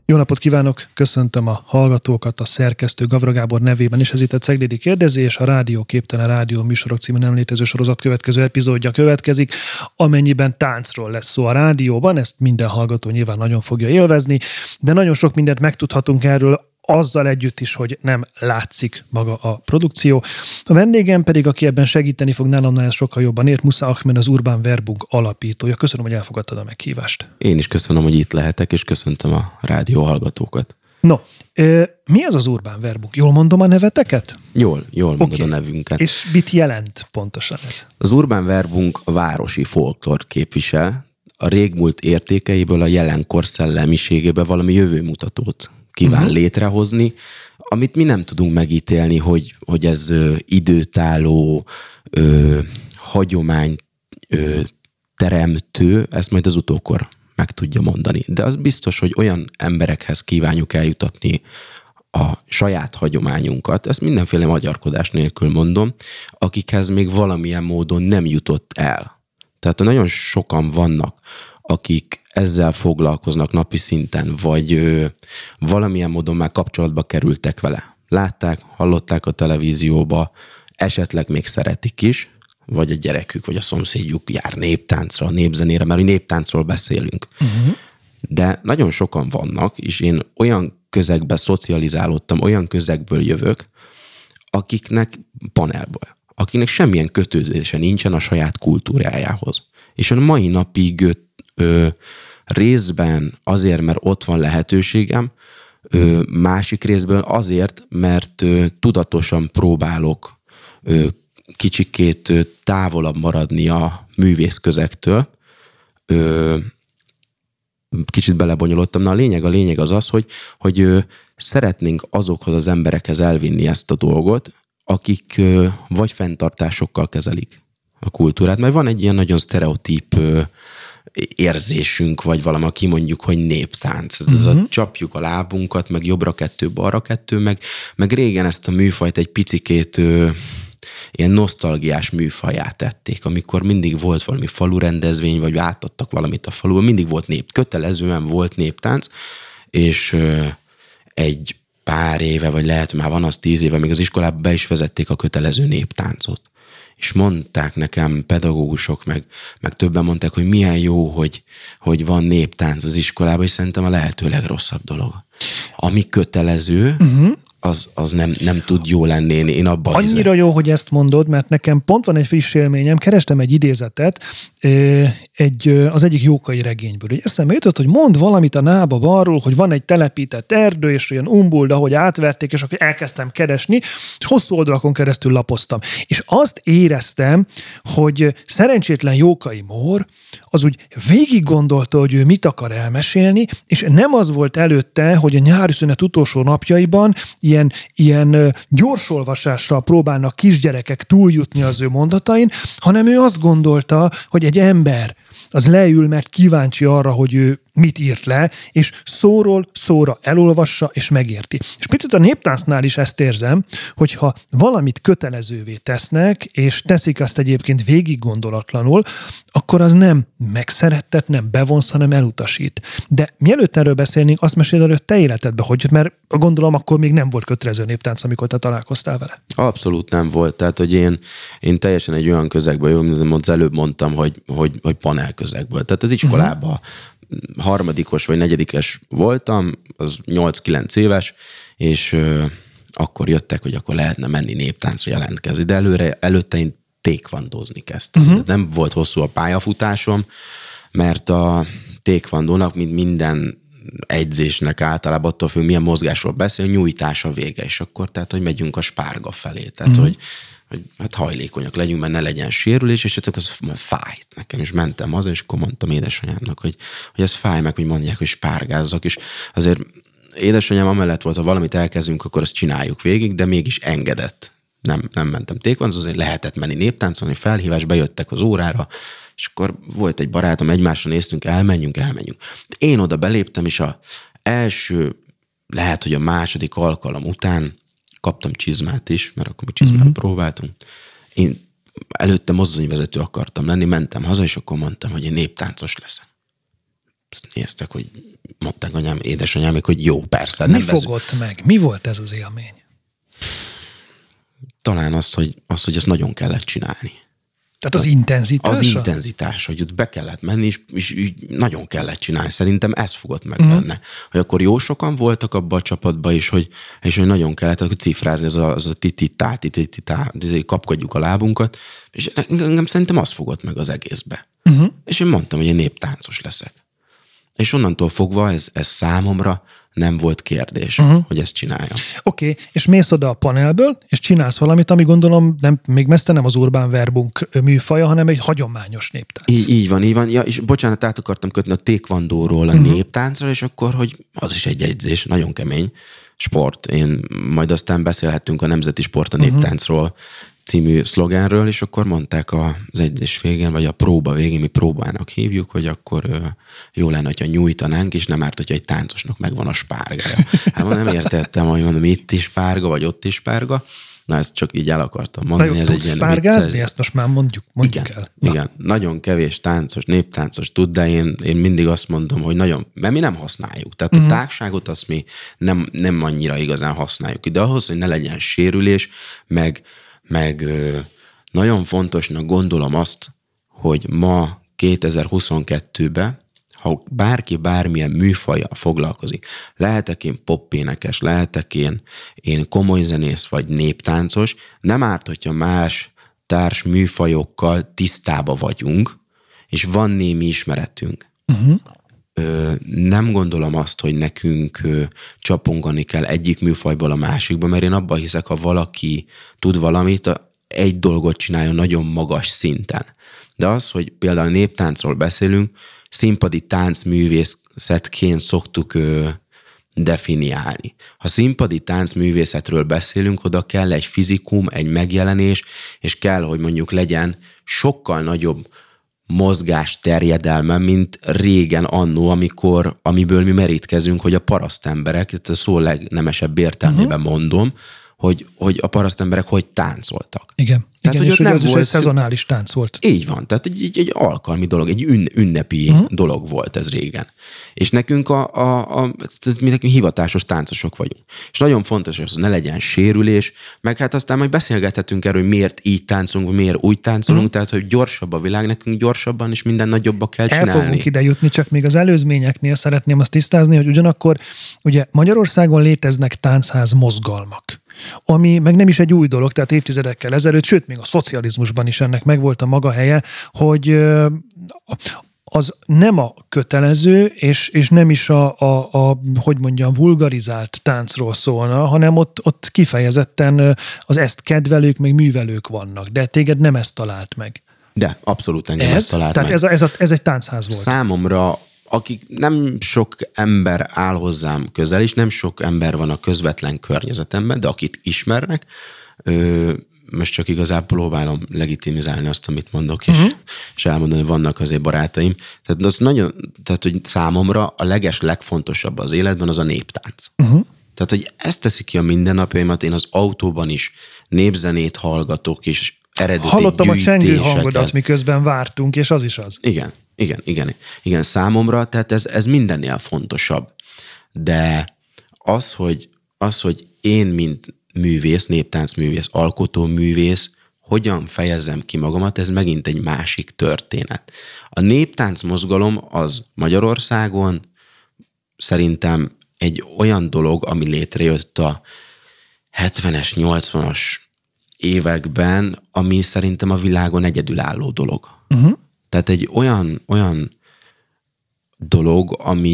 Jó napot kívánok! Köszöntöm a hallgatókat a szerkesztő Gavra Gábor nevében is. Ez itt a Ceglédi Kérdezés, a Rádió Képtelen Rádió műsorok című nem létező sorozat következő epizódja következik, amennyiben táncról lesz szó a rádióban, ezt minden hallgató nyilván nagyon fogja élvezni, de nagyon sok mindent megtudhatunk erről, azzal együtt is, hogy nem látszik maga a produkció. A vendégem pedig, aki ebben segíteni fog nálamnál, ez sokkal jobban ért, Musa Ahmed, az Urban Verbunk alapítója. Köszönöm, hogy elfogadtad a meghívást. Én is köszönöm, hogy itt lehetek, és köszöntöm a rádió hallgatókat. No, mi az Urban Verbunk? Jól mondom a neveteket? Jól mondod a nevünket. És mit jelent pontosan ez? Az Urban Verbunk a városi folklort képvisel, a régmúlt értékeiből a jelenkor szellemiségébe valami jövőmutatót kíván létrehozni, amit mi nem tudunk megítélni, hogy ez időtálló, hagyomány teremtő, ezt majd az utókor meg tudja mondani. De az biztos, hogy olyan emberekhez kívánjuk eljutatni a saját hagyományunkat, ezt mindenféle magyarkodás nélkül mondom, akikhez még valamilyen módon nem jutott el. Tehát nagyon sokan vannak, akik ezzel foglalkoznak napi szinten, vagy valamilyen módon már kapcsolatba kerültek vele. Látták, hallották a televízióba, esetleg még szeretik is, vagy a gyerekük, vagy a szomszédjuk jár néptáncra, népzenére, mert néptáncról beszélünk. De nagyon sokan vannak, és én olyan közegbe szocializálódtam, olyan közegből jövök, akiknek panelből, akiknek semmilyen kötődése nincsen a saját kultúrájához. És a mai napig részben azért, mert ott van lehetőségem, másik részben azért, mert tudatosan próbálok kicsikét távolabb maradni a művészközegtől. Kicsit belebonyolódtam. Na a lényeg az, hogy szeretnénk azokhoz az emberekhez elvinni ezt a dolgot, akik vagy fenntartásokkal kezelik a kultúrát, mert van egy ilyen nagyon sztereotíp érzésünk, vagy valami, aki mondjuk, hogy néptánc. Ez a csapjuk a lábunkat, meg jobbra kettő, balra kettő, meg régen ezt a műfajt egy picikét ilyen nosztalgiás műfaját tették, amikor mindig volt valami falu rendezvény, vagy átadtak valamit a faluba, mindig volt kötelezően volt néptánc, és egy pár éve, vagy lehet már van az 10 éve, még az iskolában be is vezették a kötelező néptáncot. És mondták nekem pedagógusok, meg többen mondták, hogy milyen jó, hogy van néptánc az iskolában, és szerintem a lehető legrosszabb dolog. Ami kötelező, az nem tud jó lenni. Én abban annyira jó, hogy ezt mondod, mert nekem pont van egy friss élményem, kerestem egy idézetet az egyik Jókai regényből. Úgy eszembe jutott, hogy mond valamit a nába arról, hogy van egy telepített erdő, és olyan umbulda, hogy átverték, és akkor elkezdtem keresni, és hosszú oldalakon keresztül lapoztam. És azt éreztem, hogy szerencsétlen Jókai Mór az úgy végig gondolta, hogy ő mit akar elmesélni, és nem az volt előtte, hogy a nyári szünet utolsó napjaiban ilyen gyorsolvasással próbálnak kisgyerekek túljutni az ő mondatain, hanem ő azt gondolta, hogy egy ember az leül, mert kíváncsi arra, hogy ő mit írt le, és szóról szóra elolvassa, és megérti. És picit a néptáncnál is ezt érzem, hogyha valamit kötelezővé tesznek, és teszik azt egyébként végig gondolatlanul, akkor az nem megszerettet, nem bevonz, hanem elutasít. De mielőtt erről beszélnénk, azt meséld előtt te életedbe, hogy mert gondolom akkor még nem volt kötelező néptánc, amikor te találkoztál vele. Abszolút nem volt. Tehát, hogy én teljesen egy olyan közegből, az előbb mondtam, hogy panel közegből. Tehát az iskolában harmadikos vagy negyedikes voltam, az 8-9 éves, és akkor jöttek, hogy akkor lehetne menni néptáncra jelentkezni. De előtte én taekwondozni kezdtem. Nem volt hosszú a pályafutásom, mert a taekwondónak, mint minden egyzésnek általában attól függ, milyen mozgásról beszél, nyújtás a vége, és akkor tehát, hogy megyünk a spárga felé. Tehát, hogy hát hajlékonyak legyünk, mert ne legyen sérülés, és az fájt nekem, és mentem haza, és akkor mondtam édesanyámnak, hogy ez fáj meg, hogy mondják, hogy spárgázzak, és azért édesanyám amellett volt, ha valamit elkezdünk, akkor azt csináljuk végig, de mégis engedett. Nem mentem taekwondozni, lehetett menni néptáncolni, felhívás, bejöttek az órára, és akkor volt egy barátom, egymásra néztünk, elmenjünk. Én oda beléptem, és az első, lehet, hogy a második alkalom után kaptam csizmát is, mert akkor mi csizmát próbáltunk. Én előtte mozdonyvezető akartam lenni, mentem haza, és akkor mondtam, hogy én néptáncos leszek. Ezt néztek, hogy mondták édesanyámik, hogy jó, persze. Mi fogott meg? Mi volt ez az élmény? Talán azt, hogy ezt nagyon kellett csinálni. Tehát az intenzitása? Az intenzitás, hogy ott be kellett menni, és nagyon kellett csinálni. Szerintem ez fogott meg benne. Hogy akkor jó sokan voltak abba a csapatba, és hogy nagyon kellett hogy cifrázni, az a tititá, kapkodjuk a lábunkat, és engem szerintem az fogott meg az egészbe. És én mondtam, hogy én néptáncos leszek. És onnantól fogva ez számomra nem volt kérdés, hogy ezt csináljam. Oké, és mész oda a panelből, és csinálsz valamit, ami gondolom még messze nem az Urban Verbunk műfaja, hanem egy hagyományos néptánc. Így van. Ja, és bocsánat, át akartam kötni a taekwondóról a néptáncra, és akkor, hogy az is egy edzés, nagyon kemény sport. Én majd aztán beszélhettünk a Nemzeti Sport a néptáncról című szlogenről, és akkor mondták az edzés végén, vagy a próba végén, mi próbának hívjuk, hogy akkor jó lenne, hogyha nyújtanánk, és nem árt, hogyha egy táncosnak megvan a spárgája. Hát nem értettem, hogy mondom, itt is spárga, vagy ott is spárga. Na, ezt csak így el akartam mondani. Na jó, tudsz spárgázni? Ezt most már mondjuk el. Igen, nagyon kevés táncos, néptáncos tud, de én mindig azt mondom, hogy mert mi nem használjuk. Tehát a tágságot azt mi nem annyira igazán használjuk. De ahhoz, hogy ne legyen sérülés, meg nagyon fontosnak gondolom azt, hogy ma 2022-ben, ha bárki bármilyen műfajjal foglalkozik, lehetek én popénekes, lehetek én komoly zenész vagy néptáncos, nem árt, hogyha más társ műfajokkal tisztába vagyunk, és van némi ismeretünk. Nem gondolom azt, hogy nekünk csapongani kell egyik műfajból a másikba, mert én abban hiszek, ha valaki tud valamit, egy dolgot csináljon nagyon magas szinten. De az, hogy például néptáncról beszélünk, színpadi táncművészetként szoktuk definiálni. Ha színpadi táncművészetről beszélünk, oda kell egy fizikum, egy megjelenés, és kell, hogy mondjuk legyen sokkal nagyobb mozgás terjedelme, mint régen annó, amiből mi merítkezünk, hogy a parasztemberek, tehát a szó legnemesebb értelmében mondom, hogy a parasztemberek hogy táncoltak. Igen. Tehát, igen, hogy és az is egy szezonális tánc volt. Így van, tehát egy alkalmi dolog, egy ünnepi dolog volt ez régen. És nekünk mi nekünk hivatásos táncosok vagyunk. És nagyon fontos, hogy ne legyen sérülés, meg hát aztán majd beszélgethetünk erről, hogy miért így táncolunk, miért úgy táncolunk, tehát hogy gyorsabb a világ, nekünk gyorsabban, és minden nagyobba kell csinálni. El fogunk ide jutni, csak még az előzményeknél szeretném azt tisztázni, hogy ugyanakkor ugye Magyarországon léteznek táncház mozgalmak, ami meg nem is egy új dolog, tehát évtizedekkel ezelőtt, sőt, még a szocializmusban is ennek megvolt a maga helye, hogy az nem a kötelező, és nem is hogy mondjam, vulgarizált táncról szólna, hanem ott kifejezetten az ezt kedvelők, meg művelők vannak, de téged nem ezt talált meg. De abszolút engem ezt talált meg. Tehát ez egy táncház volt. Számomra, akik nem sok ember áll hozzám közel, és nem sok ember van a közvetlen környezetemben, de akit ismernek, most csak igazából próbálom legitimizálni azt, amit mondok, és elmondani, hogy vannak azért barátaim. Tehát, hogy számomra a legfontosabb az életben az a néptánc. Tehát, hogy ezt teszi ki a mindennapjaimat, én az autóban is népzenét hallgatok, és eredeti hallottam a csengő hangodat, miközben vártunk, és az is az. Igen, számomra, tehát ez mindennél fontosabb. De az, hogy én, mint művész, néptáncművész, alkotóművész, hogyan fejezem ki magamat, ez megint egy másik történet. A néptánc mozgalom az Magyarországon szerintem egy olyan dolog, ami létrejött a 70-es, 80-as években, ami szerintem a világon egyedülálló dolog. Tehát egy olyan dolog,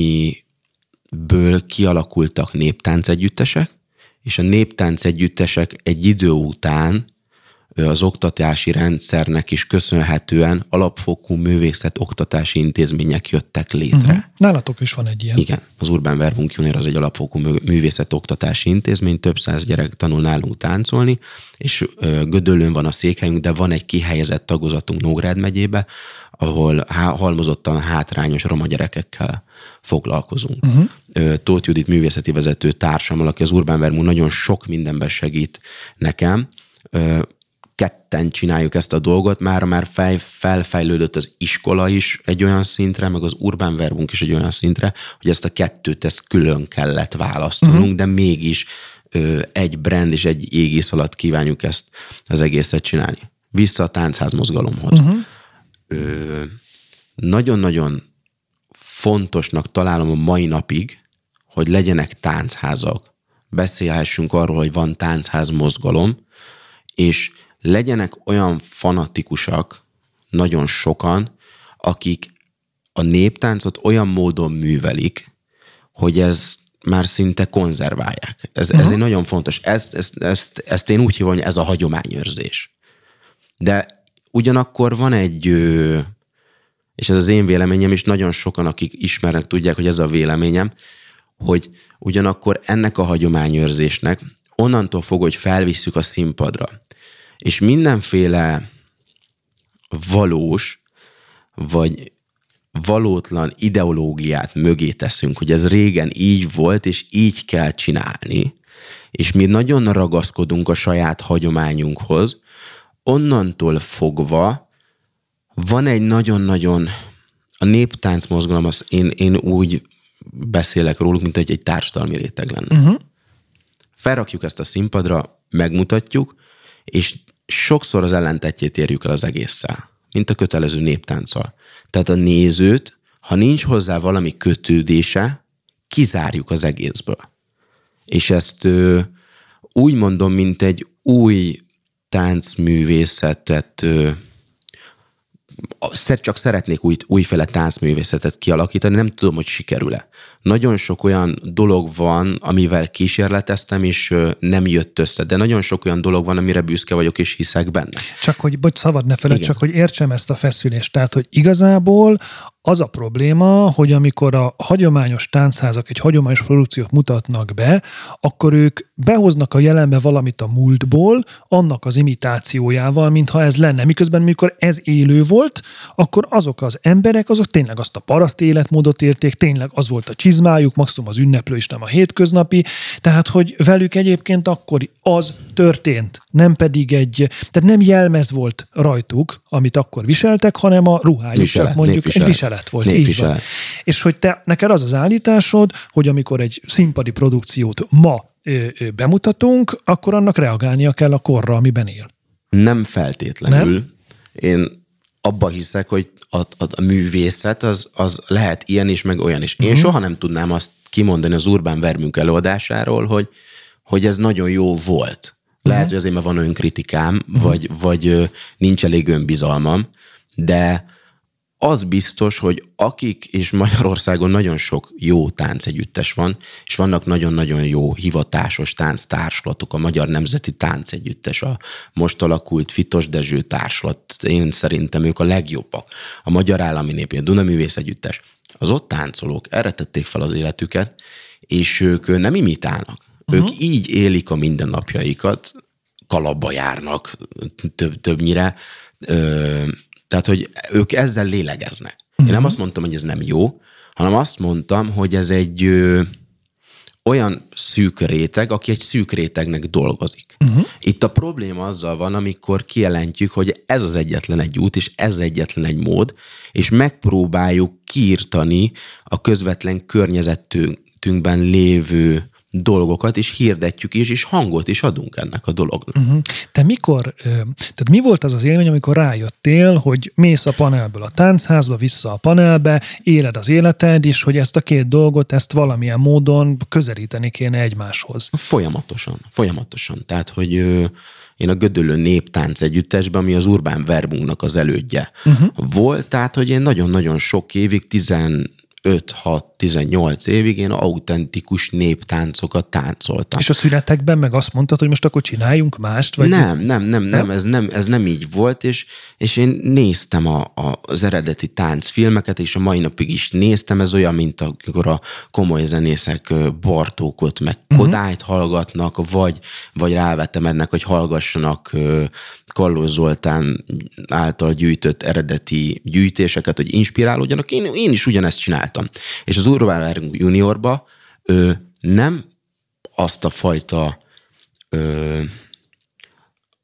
amiből kialakultak néptáncegyüttesek, és a néptáncegyüttesek egy idő után az oktatási rendszernek is köszönhetően alapfokú művészet oktatási intézmények jöttek létre. Nálatok is van egy ilyen. Igen, az Urban Verbunk Junior az egy alapfokú művészet oktatási intézmény, több száz gyerek tanul nálunk táncolni, és Gödöllőn van a székhelyünk, de van egy kihelyezett tagozatunk Nógrád megyébe, ahol halmozottan hátrányos roma gyerekekkel foglalkozunk. Tóth Judit művészeti vezető társammal, aki az Urban Verbunk nagyon sok mindenben segít nekem, ketten csináljuk ezt a dolgot, már felfejlődött az iskola is egy olyan szintre, meg az Urban Verbunk is egy olyan szintre, hogy ezt a kettőt ezt külön kellett választanunk, de mégis egy brand és egy égisz alatt kívánjuk ezt az egészet csinálni. Vissza a táncház mozgalomhoz. Nagyon-nagyon fontosnak találom a mai napig, hogy legyenek táncházak. Beszélhessünk arról, hogy van táncház mozgalom, és legyenek olyan fanatikusak, nagyon sokan, akik a néptáncot olyan módon művelik, hogy ez már szinte konzerválják. Ez egy nagyon fontos. Ezt én úgy hívom, hogy ez a hagyományőrzés. De ugyanakkor van egy, és ez az én véleményem, és nagyon sokan, akik ismernek, tudják, hogy ez a véleményem, hogy ugyanakkor ennek a hagyományőrzésnek onnantól fog, hogy felvisszük a színpadra, és mindenféle valós, vagy valótlan ideológiát mögé teszünk, hogy ez régen így volt, és így kell csinálni, és mi nagyon ragaszkodunk a saját hagyományunkhoz, onnantól fogva van egy nagyon-nagyon, a néptánc mozgalom, én úgy beszélek róluk, mint hogy egy társadalmi réteg lenne. Felrakjuk ezt a színpadra, megmutatjuk, és sokszor az ellentetjét érjük el az egésszel, mint a kötelező néptánccal. Tehát a nézőt, ha nincs hozzá valami kötődése, kizárjuk az egészből. És ezt úgy mondom, mint egy új táncművészetet, csak szeretnék újféle táncművészetet kialakítani, nem tudom, hogy sikerül-e. Nagyon sok olyan dolog van, amivel kísérleteztem, és nem jött össze, de nagyon sok olyan dolog van, amire büszke vagyok, és hiszek benne. Csak hogy, szabad ne feled, csak hogy értsem ezt a feszülést. Tehát, hogy igazából az a probléma, hogy amikor a hagyományos táncházak egy hagyományos produkciót mutatnak be, akkor ők behoznak a jelenbe valamit a múltból, annak az imitációjával, mintha ez lenne. Miközben, mikor ez élő volt, akkor azok az emberek, azok tényleg azt a paraszt életmódot érték, tényleg az volt a csizmájuk, maximum az ünneplő is nem a hétköznapi, tehát, hogy velük egyébként akkor az történt, nem pedig tehát nem jelmez volt rajtuk, amit akkor viseltek, hanem a ruhájuk, csak mondjuk egy viselet volt. Így van. És hogy neked az állításod, hogy amikor egy színpadi produkciót ma bemutatunk, akkor annak reagálnia kell a korra, amiben él. Nem feltétlenül. Nem? Én abba hiszek, hogy a művészet az lehet ilyen is, meg olyan is. Én soha nem tudnám azt kimondani az Urban Verbünk előadásáról, hogy ez nagyon jó volt. Lehet, hogy azért, mert van önkritikám, vagy nincs elég önbizalmam, de az biztos, hogy akik, és Magyarországon nagyon sok jó táncegyüttes van, és vannak nagyon-nagyon jó hivatásos tánctárslatok, a Magyar Nemzeti Táncegyüttes, a most alakult Fitos Dezső társlat, én szerintem ők a legjobbak. A Magyar Állami Népi, a Dunaművész Együttes. Az ott táncolók erre tették fel az életüket, és ők nem imitálnak. Ők így élik a mindennapjaikat, kalapba járnak többnyire, tehát, hogy ők ezzel lélegeznek. Én nem azt mondtam, hogy ez nem jó, hanem azt mondtam, hogy ez egy olyan szűk réteg, aki egy szűk rétegnek dolgozik. Itt a probléma azzal van, amikor kijelentjük, hogy ez az egyetlen egy út, és ez egyetlen egy mód, és megpróbáljuk kiirtani a közvetlen környezetünkben lévő dolgokat, és hirdetjük is, és hangot is adunk ennek a dolognak. Te tehát mi volt az az élmény, amikor rájöttél, hogy mész a panelből a táncházba, vissza a panelbe, éled az életed, és hogy ezt a két dolgot, ezt valamilyen módon közelíteni kéne egymáshoz? Folyamatosan. Tehát, hogy én a Gödöllő Néptánc Együttesben, ami az Urban Verbunknak az elődje volt, tehát, hogy én nagyon-nagyon sok évig, 5-6-18 évig én autentikus néptáncokat táncoltam. És a szünetekben meg azt mondtad, hogy most akkor csináljunk mást? Vagy nem, ez nem így volt, és én néztem az eredeti táncfilmeket, és a mai napig is néztem, ez olyan, mint amikor a komoly zenészek Bartókot, meg Kodályt hallgatnak, vagy rávetemednek, hogy hallgassanak Kallós Zoltán által gyűjtött eredeti gyűjtéseket, hogy inspirálódjanak. Én is ugyanezt csináltam. És az Urban Verbunk Juniorba nem azt a fajta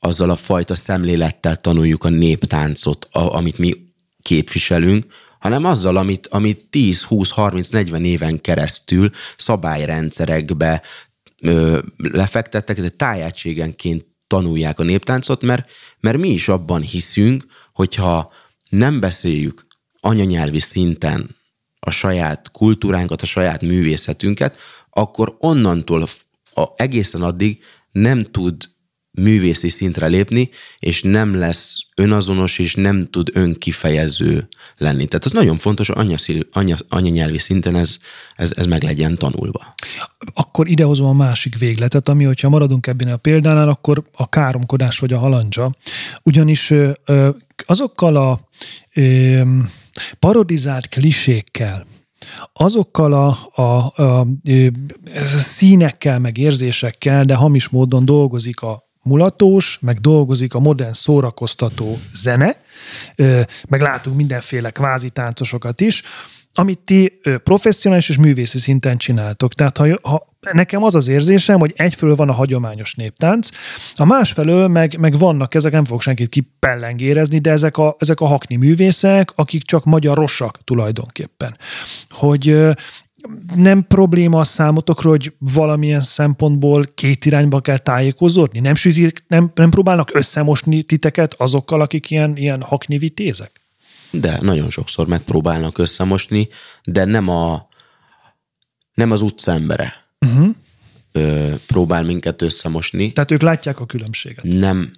azzal a fajta szemlélettel tanuljuk a néptáncot, amit mi képviselünk, hanem azzal, amit 10, 20, 30, 40 éven keresztül szabályrendszerekbe lefektettek, de tájegységenként tanulják a néptáncot, mert mi is abban hiszünk, hogyha nem beszéljük anyanyelvi szinten a saját kultúránkat, a saját művészetünket, akkor onnantól egészen addig nem tud művészi szintre lépni, és nem lesz önazonos, és nem tud önkifejező lenni. Tehát ez nagyon fontos, anyanyelvi szinten ez meg legyen tanulva. Akkor idehozom a másik végletet, ami, hogyha maradunk ebben a példánál, akkor a káromkodás vagy a halandzsa. Ugyanis azokkal a parodizált klisékkel, azokkal a színekkel, meg érzésekkel, de hamis módon dolgozik a mulatós, meg dolgozik a modern szórakoztató zene, meg látunk mindenféle kvázi táncosokat is, amit ti professzionális és művészi szinten csináltok. Tehát ha nekem az az érzésem, hogy egyfelől van a hagyományos néptánc, a másfelől meg vannak ezek, nem fogok senkit kipellengérezni, de ezek a hakni művészek, akik csak magyarosak tulajdonképpen. Hogy nem probléma a számotokra, hogy valamilyen szempontból két irányba kell tájékozódni? Nem próbálnak összemosni titeket azokkal, akik ilyen hakni vitézek? De nagyon sokszor megpróbálnak összemosni, de nem az utcaembere próbál minket összemosni. Tehát ők látják a különbséget. Nem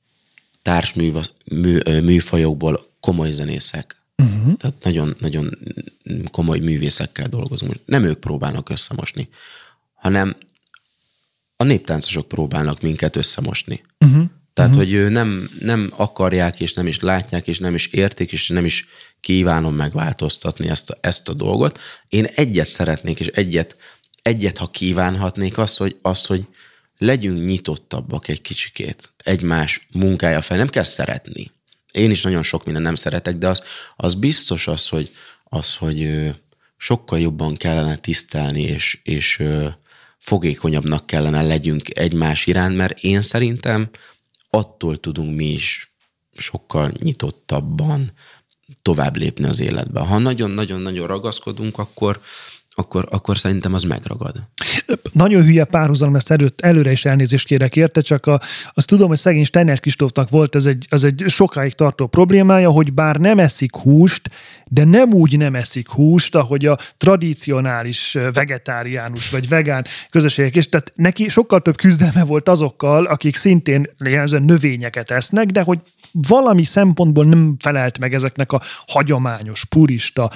műfajokból komoly zenészek. Tehát nagyon, nagyon komoly művészekkel dolgozunk. Nem ők próbálnak összemosni, hanem a néptáncosok próbálnak minket összemosni. Tehát, hogy nem akarják, és nem is látják, és nem is értik, és nem is kívánom megváltoztatni ezt a dolgot. Én egyet szeretnék, és egyet ha kívánhatnék, az, hogy legyünk nyitottabbak egy kicsikét egymás munkája fel. Nem kell szeretni. Én is nagyon sok minden nem szeretek, de az biztos hogy sokkal jobban kellene tisztelni, és fogékonyabbnak kellene legyünk egymás iránt, mert én szerintem attól tudunk mi is sokkal nyitottabban tovább lépni az életbe. Ha nagyon-nagyon-nagyon ragaszkodunk, akkor szerintem az megragad. Nagyon hülye párhuzam, ezt előre is elnézést kérek érte, csak azt tudom, hogy szegény Steiner Kristófnak volt az egy sokáig tartó problémája, hogy bár nem eszik húst, de nem úgy nem eszik húst, ahogy a tradicionális vegetáriánus vagy vegán közösségek is. Tehát neki sokkal több küzdelme volt azokkal, akik szintén növényeket esznek, de hogy valami szempontból nem felelt meg ezeknek a hagyományos, purista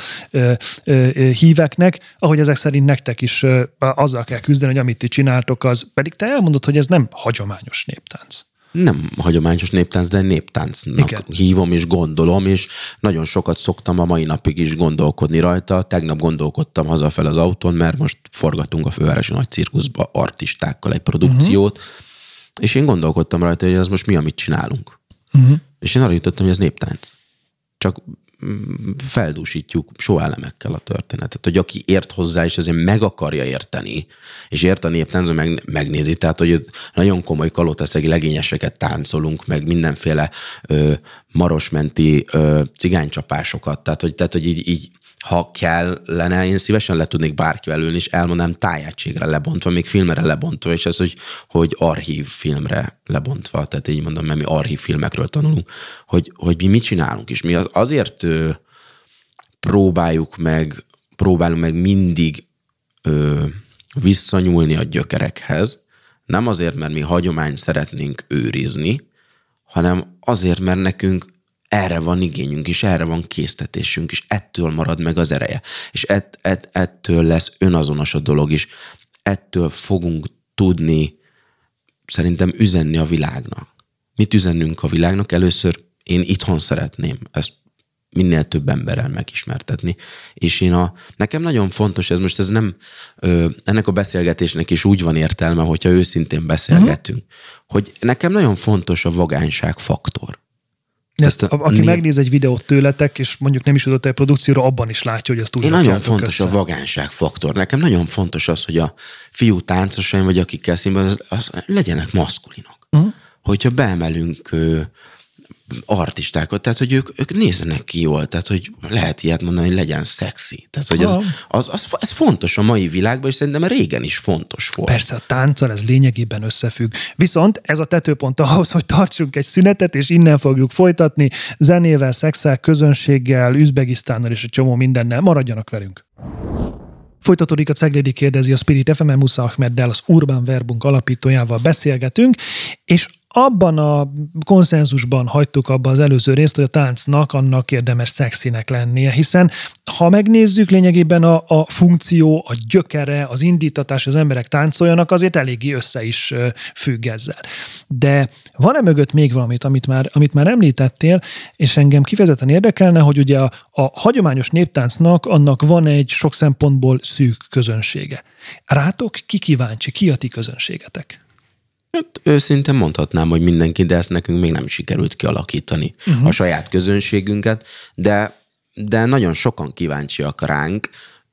híveknek, ahogy ezek szerint nektek is azzal kell küzdeni, hogy amit ti csináltok, az pedig te elmondod, hogy ez nem hagyományos néptánc. Nem hagyományos néptánc, de néptáncnak igen. Hívom és gondolom, és nagyon sokat szoktam a mai napig is gondolkodni rajta. Tegnap gondolkodtam hazafel az autón, mert most forgatunk a Fővárosi Nagy Cirkuszba artistákkal egy produkciót, és én gondolkodtam rajta, hogy ez most mi, amit csinálunk. És én arra jutottam, hogy ez néptánc. Csak feldúsítjuk sóelemekkel a történetet, hogy aki ért hozzá, és azért meg akarja érteni, és ért a néptáncot, megnézi, tehát, hogy nagyon komoly kalotaszegi legényeseket táncolunk, meg mindenféle marosmenti cigánycsapásokat, tehát, hogy így ha kellene, én szívesen le tudnék bárkivel ülni, és elmondanám tájegységre lebontva, még filmre lebontva, és ez, hogy archív filmre lebontva, tehát így mondom, mert mi archív filmekről tanulunk, hogy mi mit csinálunk, és mi azért próbálunk meg mindig visszanyúlni a gyökerekhez, nem azért, mert mi hagyományt szeretnénk őrizni, hanem azért, mert nekünk erre van igényünk, és erre van késztetésünk, és ettől marad meg az ereje. És ettől lesz önazonos a dolog is. Ettől fogunk tudni szerintem üzenni a világnak. Mit üzennünk a világnak? Először én itthon szeretném ezt minél több emberrel megismertetni. És nekem nagyon fontos, ez nem, ennek a beszélgetésnek is úgy van értelme, hogyha őszintén beszélgetünk, hogy nekem nagyon fontos a vagányság faktor. Aki megnéz egy videót tőletek, és mondjuk nem is tudott egy produkcióra, abban is látja, hogy ezt úgy nagyon fontos össze. A vagányság faktor. Nekem nagyon fontos az, hogy a fiú táncosaim, vagy akikkel színben, legyenek maszkulinok. hogyha beemelünk artistákat, tehát hogy ők nézzenek ki jól, tehát hogy lehet ilyet mondani, hogy legyen szexi. Tehát hogy ez fontos a mai világban, és szerintem régen is fontos volt. Persze a tánccal ez lényegében összefügg. Viszont ez a tetőpont ahhoz, hogy tartsunk egy szünetet, és innen fogjuk folytatni zenével, szexel, közönséggel, Üzbegisztánnal és egy csomó mindennel. Maradjanak velünk! Folytatódik a Ceglédi kérdezi a Spirit FM-en, Musa Ahmeddel, az Urban Verbunk alapítójával beszélgetünk, és abban a konszenzusban hagytuk abba az előző részt, hogy a táncnak annak érdemes szexinek lennie, hiszen ha megnézzük, lényegében a funkció, a gyökere, az indítatás, az emberek táncoljanak, azért eléggé össze is függ ezzel. De van-e mögött még valamit, amit már említettél, és engem kifejezetten érdekelne, hogy ugye a hagyományos néptáncnak annak van egy sok szempontból szűk közönsége. Rátok ki kíváncsi, ki a ti közönségetek? Hát őszintén mondhatnám, hogy mindenki, de ezt nekünk még nem sikerült kialakítani a saját közönségünket, de nagyon sokan kíváncsiak ránk.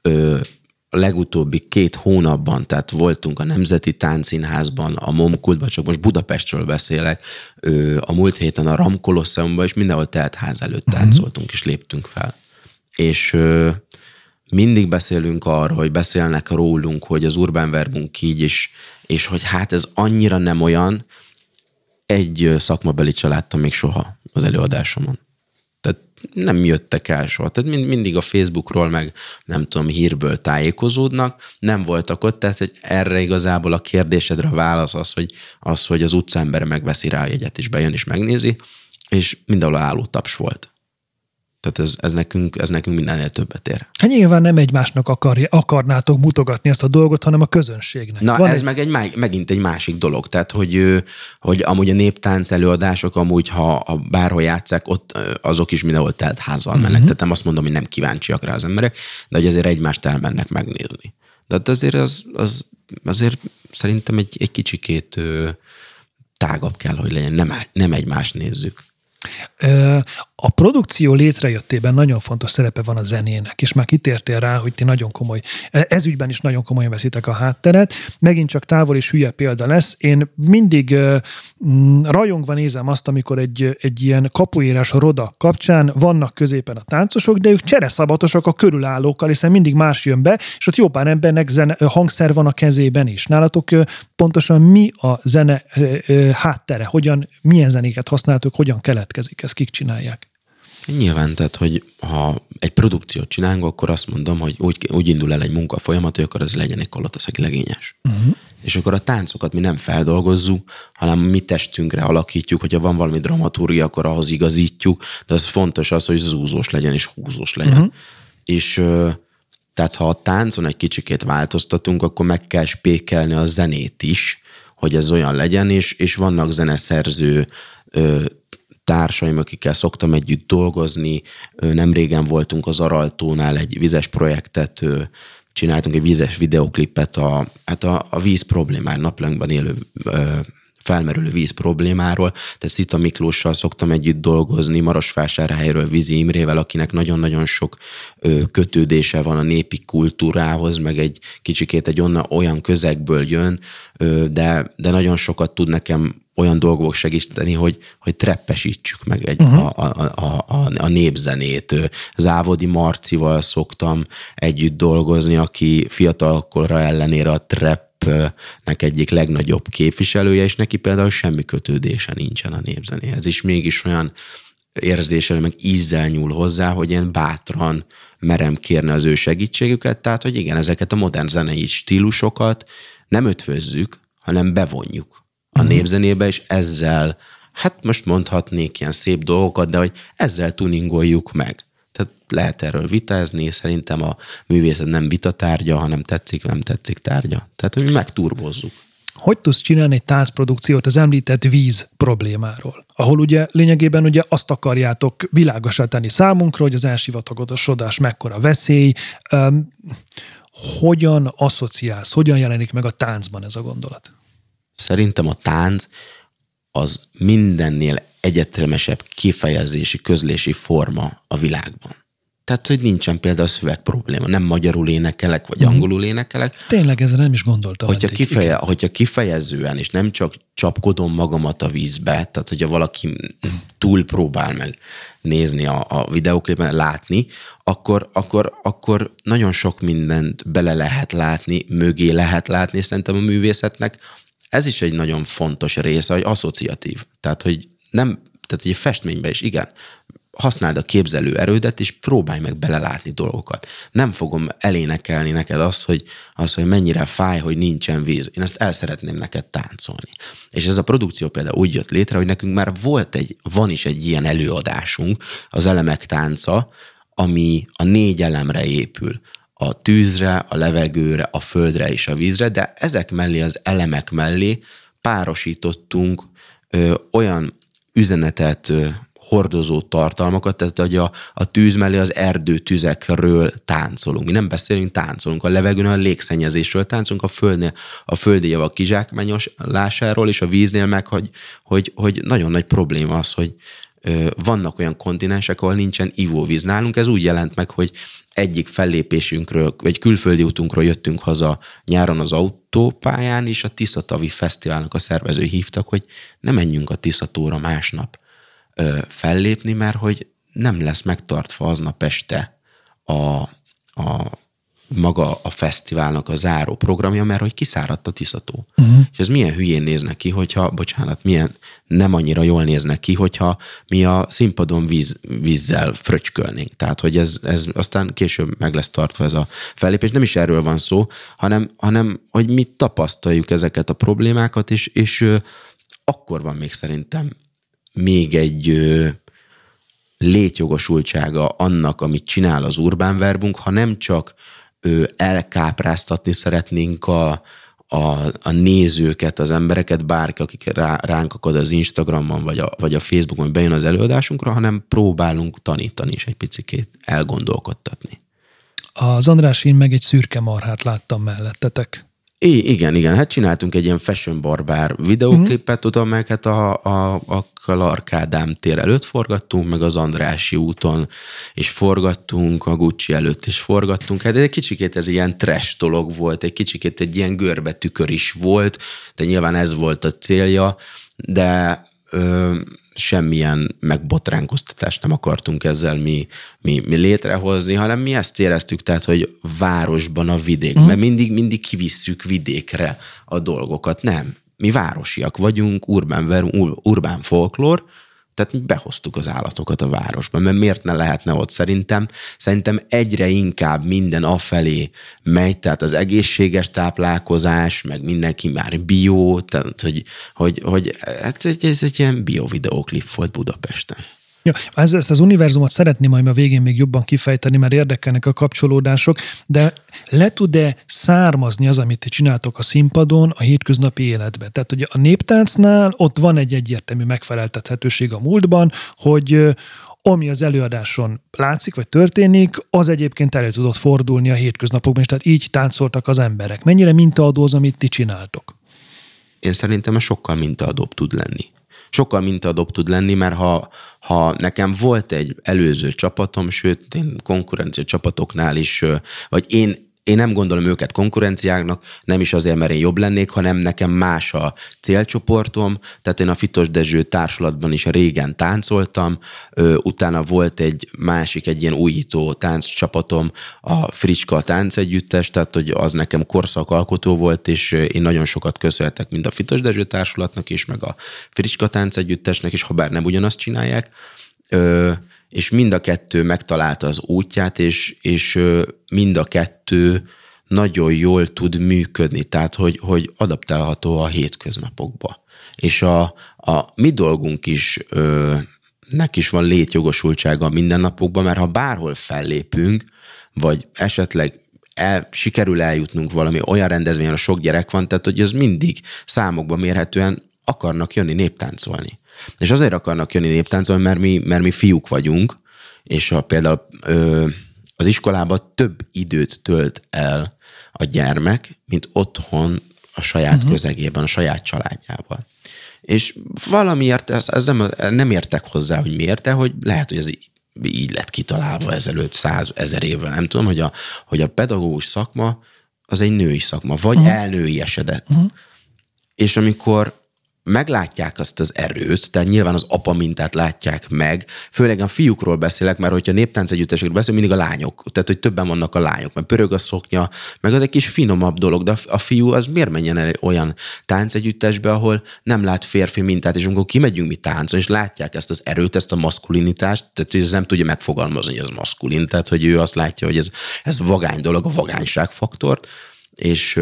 A legutóbbi 2 hónapban, tehát voltunk a Nemzeti Táncszínházban, a Momkultban, csak most Budapestről beszélek, a múlt héten a Ram Kolosseumban, és mindenhol teltház előtt táncoltunk, és léptünk fel. És mindig beszélünk arról, hogy beszélnek rólunk, hogy az Urban Verbunk így is, és hogy hát ez annyira nem olyan, egy szakmabelit se láttam még soha az előadásomon. Tehát nem jöttek el soha. Tehát mindig a Facebookról, meg nem tudom, hírből tájékozódnak, nem voltak ott, tehát hogy erre igazából a kérdésedre a válasz az, hogy az utcaember megveszi rá a jegyet, és bejön és megnézi, és mindenhol álló taps volt. Tehát ez nekünk mindennél többet ér. Hát nyilván nem egymásnak akarnátok mutogatni ezt a dolgot, hanem a közönségnek. Na, van ez megint egy másik dolog. Tehát, hogy amúgy a néptánc előadások, amúgy, ha bárhol játsszák, ott azok is mindenhol teltházzal mennek. Tehát nem azt mondom, hogy nem kíváncsiak rá az emberek, de hogy azért egymást elmennek megnézni. De azért azért szerintem egy kicsikét tágabb kell, hogy legyen. Nem egymást nézzük. A produkció létrejöttében nagyon fontos szerepe van a zenének, és már kitértél rá, hogy ti nagyon komoly, ez ügyben is nagyon komolyan veszitek a hátteret. Megint csak távol és hülye példa lesz. Én mindig rajongva nézem azt, amikor egy ilyen kapuérás roda kapcsán vannak középen a táncosok, de ők csereszabatosak a körülállókkal, hiszen mindig más jön be, és ott jó pár embernek hangszer van a kezében is. Nálatok pontosan mi a zene háttere? Milyen zenéket használtok, hogyan keletkezik ez, kik csinálják? Nyilván, tehát, hogy ha egy produkciót csinálunk, akkor azt mondom, hogy úgy indul el egy munkafolyamat, hogy akkor ez legyen egy kalataszegi legényes. És akkor a táncokat mi nem feldolgozzuk, hanem mi testünkre alakítjuk, hogyha van valami dramaturgia, akkor ahhoz igazítjuk, de az fontos az, hogy zúzós legyen és húzós legyen. És tehát ha a táncon egy kicsikét változtatunk, akkor meg kell spékelni a zenét is, hogy ez olyan legyen, és vannak zeneszerző társaim, akikkel szoktam együtt dolgozni. Nemrégen voltunk az Araltónál, egy vizes projektet csináltunk, egy vízes videoklipet a víz problémáról, napjainkban élő felmerülő víz problémáról. Tehát Szita Miklóssal szoktam együtt dolgozni, Marosvásárhelyről Vizi Imrével, akinek nagyon-nagyon sok kötődése van a népi kultúrához, meg egy kicsikét egy olyan közegből jön, de nagyon sokat tud nekem olyan dolgok segíteni, hogy treppesítsük meg a népzenét. Závodi Marcival szoktam együtt dolgozni, aki fiatalkorra ellenére a trapnek egyik legnagyobb képviselője, és neki például semmi kötődése nincsen a népzenéhez. És mégis olyan érzéssel, meg ízzel nyúl hozzá, hogy én bátran merem kérni az ő segítségüket. Tehát, hogy igen, ezeket a modern zenei stílusokat nem ötvözzük, hanem bevonjuk a népzenébe, és ezzel, hát most mondhatnék ilyen szép dolgokat, de hogy ezzel tuningoljuk meg. Tehát lehet erről vitázni, szerintem a művészet nem vitatárgya, hanem tetszik, nem tetszik tárgya. Tehát, hogy megturbozzuk. Hogy tudsz csinálni egy táncprodukciót az említett víz problémáról? Ahol ugye lényegében ugye azt akarjátok világosá tenni számunkra, hogy az elsivatagodásodás mekkora veszély. Hogyan asszociálsz, hogyan jelenik meg a táncban ez a gondolat? Szerintem a tánc az mindennél egyetemesebb kifejezési, közlési forma a világban. Tehát, hogy nincsen például szöveg probléma. Nem magyarul énekelek, vagy angolul énekelek. Tényleg ezzel nem is gondoltam. Hogyha kifejezően, és nem csak csapkodom magamat a vízbe, tehát hogyha valaki túl próbál meg nézni a videóklipben, látni, akkor nagyon sok mindent bele lehet látni, mögé lehet látni, és szerintem a művészetnek ez is egy nagyon fontos része, hogy asszociatív. Tehát, hogy egy festményben is, igen, használd a képzelő erődet, és próbálj meg belelátni dolgokat. Nem fogom elénekelni neked azt, hogy mennyire fáj, hogy nincsen víz. Én ezt el szeretném neked táncolni. És ez a produkció például úgy jött létre, hogy nekünk már van is egy ilyen előadásunk, az Elemek tánca, ami a 4 elemre épül. A tűzre, a levegőre, a földre és a vízre, de ezek mellé, az elemek mellé párosítottunk olyan üzenetet hordozó tartalmakat, tehát hogy a tűz mellé az erdő tüzekről táncolunk. Mi nem beszélünk, táncolunk. A levegőn a légszennyezésről táncolunk, a földnél a földi javak kizsákmányolásáról, és a víznél meg, hogy nagyon nagy probléma az, hogy vannak olyan kontinensek, ahol nincsen ivóvíz. Nálunk ez úgy jelent meg, hogy egyik fellépésünkről, vagy külföldi útunkról jöttünk haza nyáron az autópályán, és a Tiszatavi Fesztiválnak a szervezői hívtak, hogy ne menjünk a Tiszatóra másnap fellépni, mert hogy nem lesz megtartva aznap este maga a fesztiválnak a záró programja, mert hogy kiszáradt a Tiszató. És ez milyen hülyén néz neki, milyen nem annyira jól néz neki, hogyha mi a színpadon vízzel fröcskölnénk. Tehát, hogy ez aztán később meg lesz tartva ez a fellépés. Nem is erről van szó, hanem hogy mi tapasztaljuk ezeket a problémákat, és akkor van még szerintem még egy létjogosultsága annak, amit csinál az Urbán Verbunk, ha nem csak elkápráztatni szeretnénk a nézőket, az embereket, bárki, akik ránk akad az Instagramon, vagy a Facebookon, bejön az előadásunkra, hanem próbálunk tanítani és egy picikét elgondolkodtatni. Az Andrásin meg egy szürke marhát láttam mellettetek. Igen. Hát csináltunk egy ilyen fashion barbár videóklipet, oda meg hát a Clark Ádám tér előtt forgattunk, meg az Andrássy úton is forgattunk, a Gucci előtt is forgattunk. Hát egy kicsikét ez ilyen trash dolog volt, egy kicsikét egy ilyen görbetükör is volt, de nyilván ez volt a célja, de semmilyen megbotránkoztatást nem akartunk ezzel mi létrehozni, hanem mi ezt éreztük, tehát, hogy városban a vidék, mert mindig kivisszük vidékre a dolgokat. Nem, mi városiak vagyunk, urbán folklór, tehát mi behoztuk az állatokat a városba, mert miért ne lehetne ott? Szerintem egyre inkább minden afelé megy, tehát az egészséges táplálkozás, meg mindenki már bio, tehát hogy ez egy ilyen bio videóklip volt Budapesten. Ja, ezt az univerzumot szeretném majd a végén még jobban kifejteni, mert érdekelnek a kapcsolódások, de le tud-e származni az, amit ti csináltok a színpadon, a hétköznapi életben? Tehát, hogy a néptáncnál ott van egy egyértelmű megfeleltethetőség a múltban, hogy ami az előadáson látszik, vagy történik, az egyébként elő tudott fordulni a hétköznapokban, és tehát így táncoltak az emberek. Mennyire mintaadó az, amit ti csináltok? Én szerintem sokkal mintaadóbb tud lenni. Sokkal mintaadóbb tud lenni, mert ha nekem volt egy előző csapatom, sőt, én konkurencia csapatoknál is, vagy én nem gondolom őket konkurenciáknak, nem is azért, mert én jobb lennék, hanem nekem más a célcsoportom, tehát én a Fitos Dezső társulatban is régen táncoltam, utána volt egy ilyen újító tánccsapatom, a Fricska táncegyüttes, tehát hogy az nekem korszakalkotó volt, és én nagyon sokat köszönhetek mind a Fitos Dezső társulatnak is, meg a Fricska táncegyüttesnek is, ha bár nem ugyanazt csinálják, és mind a kettő megtalálta az útját, és mind a kettő nagyon jól tud működni, tehát hogy adaptálható a hétköznapokba. És a mi dolgunk is, nek is van létjogosultsága a mindennapokban, mert ha bárhol fellépünk, vagy esetleg sikerül eljutnunk valami olyan rendezvényen, a sok gyerek van, tehát hogy az mindig számokban mérhetően akarnak jönni néptáncolni. És azért akarnak jönni néptáncolni, mert mi fiúk vagyunk, és például az iskolában több időt tölt el a gyermek, mint otthon a saját közegében, a saját családjával. És valamiért ez nem értek hozzá, hogy miért, de hogy lehet, hogy ez így lett kitalálva ezelőtt 100 000 évvel, nem tudom, hogy a pedagógus szakma az egy női szakma, vagy elnőiesedett. És amikor meglátják azt az erőt, tehát nyilván az apa mintát látják meg, főleg a fiúkról beszélek, mert hogyha néptáncegyüttesekről beszélek, mindig a lányok, tehát hogy többen vannak a lányok, mert pörög a szoknya, meg az egy kis finomabb dolog, de a fiú az miért menjen el olyan táncegyüttesbe, ahol nem lát férfi mintát, és amikor kimegyünk mi táncon, és látják ezt az erőt, ezt a maszkulinitást, tehát hogy ez nem tudja megfogalmazni, hogy ez maszkulin, tehát hogy ő azt látja, hogy ez vagány dolog, a vagányságfaktort, és